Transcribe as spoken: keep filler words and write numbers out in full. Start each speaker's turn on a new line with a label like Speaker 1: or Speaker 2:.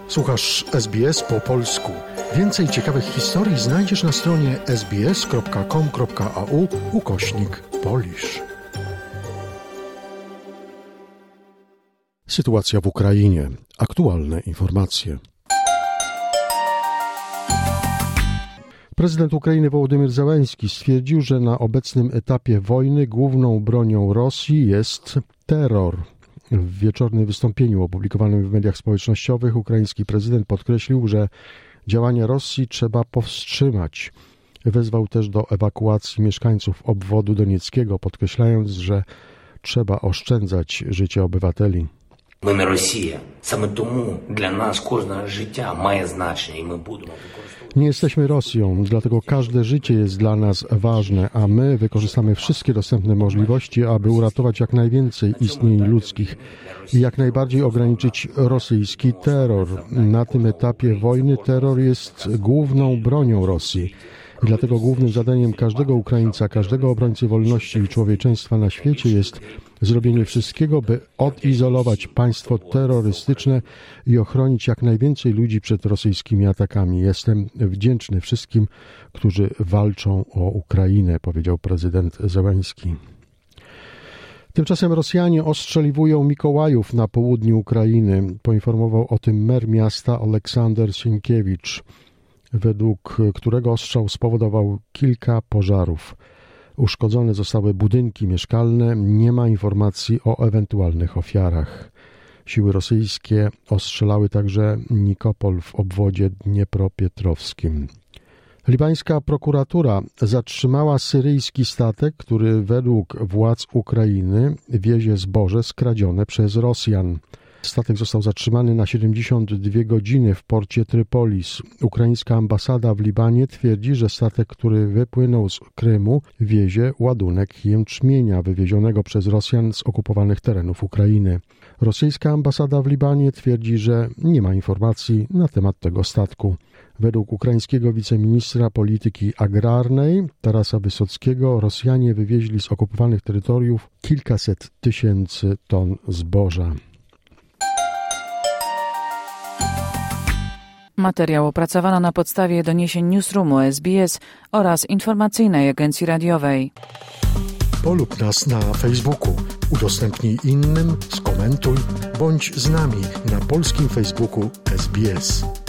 Speaker 1: Słuchasz S B S po polsku. Więcej ciekawych historii znajdziesz na stronie sbs.com.au ukośnik Polish. Sytuacja w Ukrainie. Aktualne informacje. Prezydent Ukrainy Wołodymyr Zełenski stwierdził, że na obecnym etapie wojny główną bronią Rosji jest terror. W wieczornym wystąpieniu opublikowanym w mediach społecznościowych ukraiński prezydent podkreślił, że działania Rosji trzeba powstrzymać. Wezwał też do ewakuacji mieszkańców obwodu donieckiego, podkreślając, że trzeba oszczędzać życie obywateli.
Speaker 2: Ми не Росія. Саме тому для нас кожне життя має значення і ми будемо використовувати.
Speaker 1: Nie jesteśmy Rosją, dlatego każde życie jest dla nas ważne, a my wykorzystamy wszystkie dostępne możliwości, aby uratować jak najwięcej istnień ludzkich i jak najbardziej ograniczyć rosyjski terror. Na tym etapie wojny terror jest główną bronią Rosji. I dlatego głównym zadaniem każdego Ukraińca, każdego obrońcy wolności i człowieczeństwa na świecie jest zrobienie wszystkiego, by odizolować państwo terrorystyczne i ochronić jak najwięcej ludzi przed rosyjskimi atakami. Jestem wdzięczny wszystkim, którzy walczą o Ukrainę, powiedział prezydent Zełenski. Tymczasem Rosjanie ostrzeliwują Mikołajów na południu Ukrainy. Poinformował o tym mer miasta Aleksander Sienkiewicz, według którego ostrzał spowodował kilka pożarów. Uszkodzone zostały budynki mieszkalne, nie ma informacji o ewentualnych ofiarach. Siły rosyjskie ostrzelały także Nikopol w obwodzie dniepropietrowskim. Libańska prokuratura zatrzymała syryjski statek, który według władz Ukrainy wiezie zboże skradzione przez Rosjan. Statek został zatrzymany na siedemdziesiąt dwie godziny w porcie Trypolis. Ukraińska ambasada w Libanie twierdzi, że statek, który wypłynął z Krymu, wiezie ładunek jęczmienia wywiezionego przez Rosjan z okupowanych terenów Ukrainy. Rosyjska ambasada w Libanie twierdzi, że nie ma informacji na temat tego statku. Według ukraińskiego wiceministra polityki agrarnej Tarasa Wysockiego Rosjanie wywieźli z okupowanych terytoriów kilkaset tysięcy ton zboża.
Speaker 3: Materiał opracowano na podstawie doniesień Newsroomu S B S oraz informacyjnej agencji radiowej.
Speaker 1: Polub nas na Facebooku, udostępnij innym, skomentuj, bądź z nami na polskim Facebooku S B S.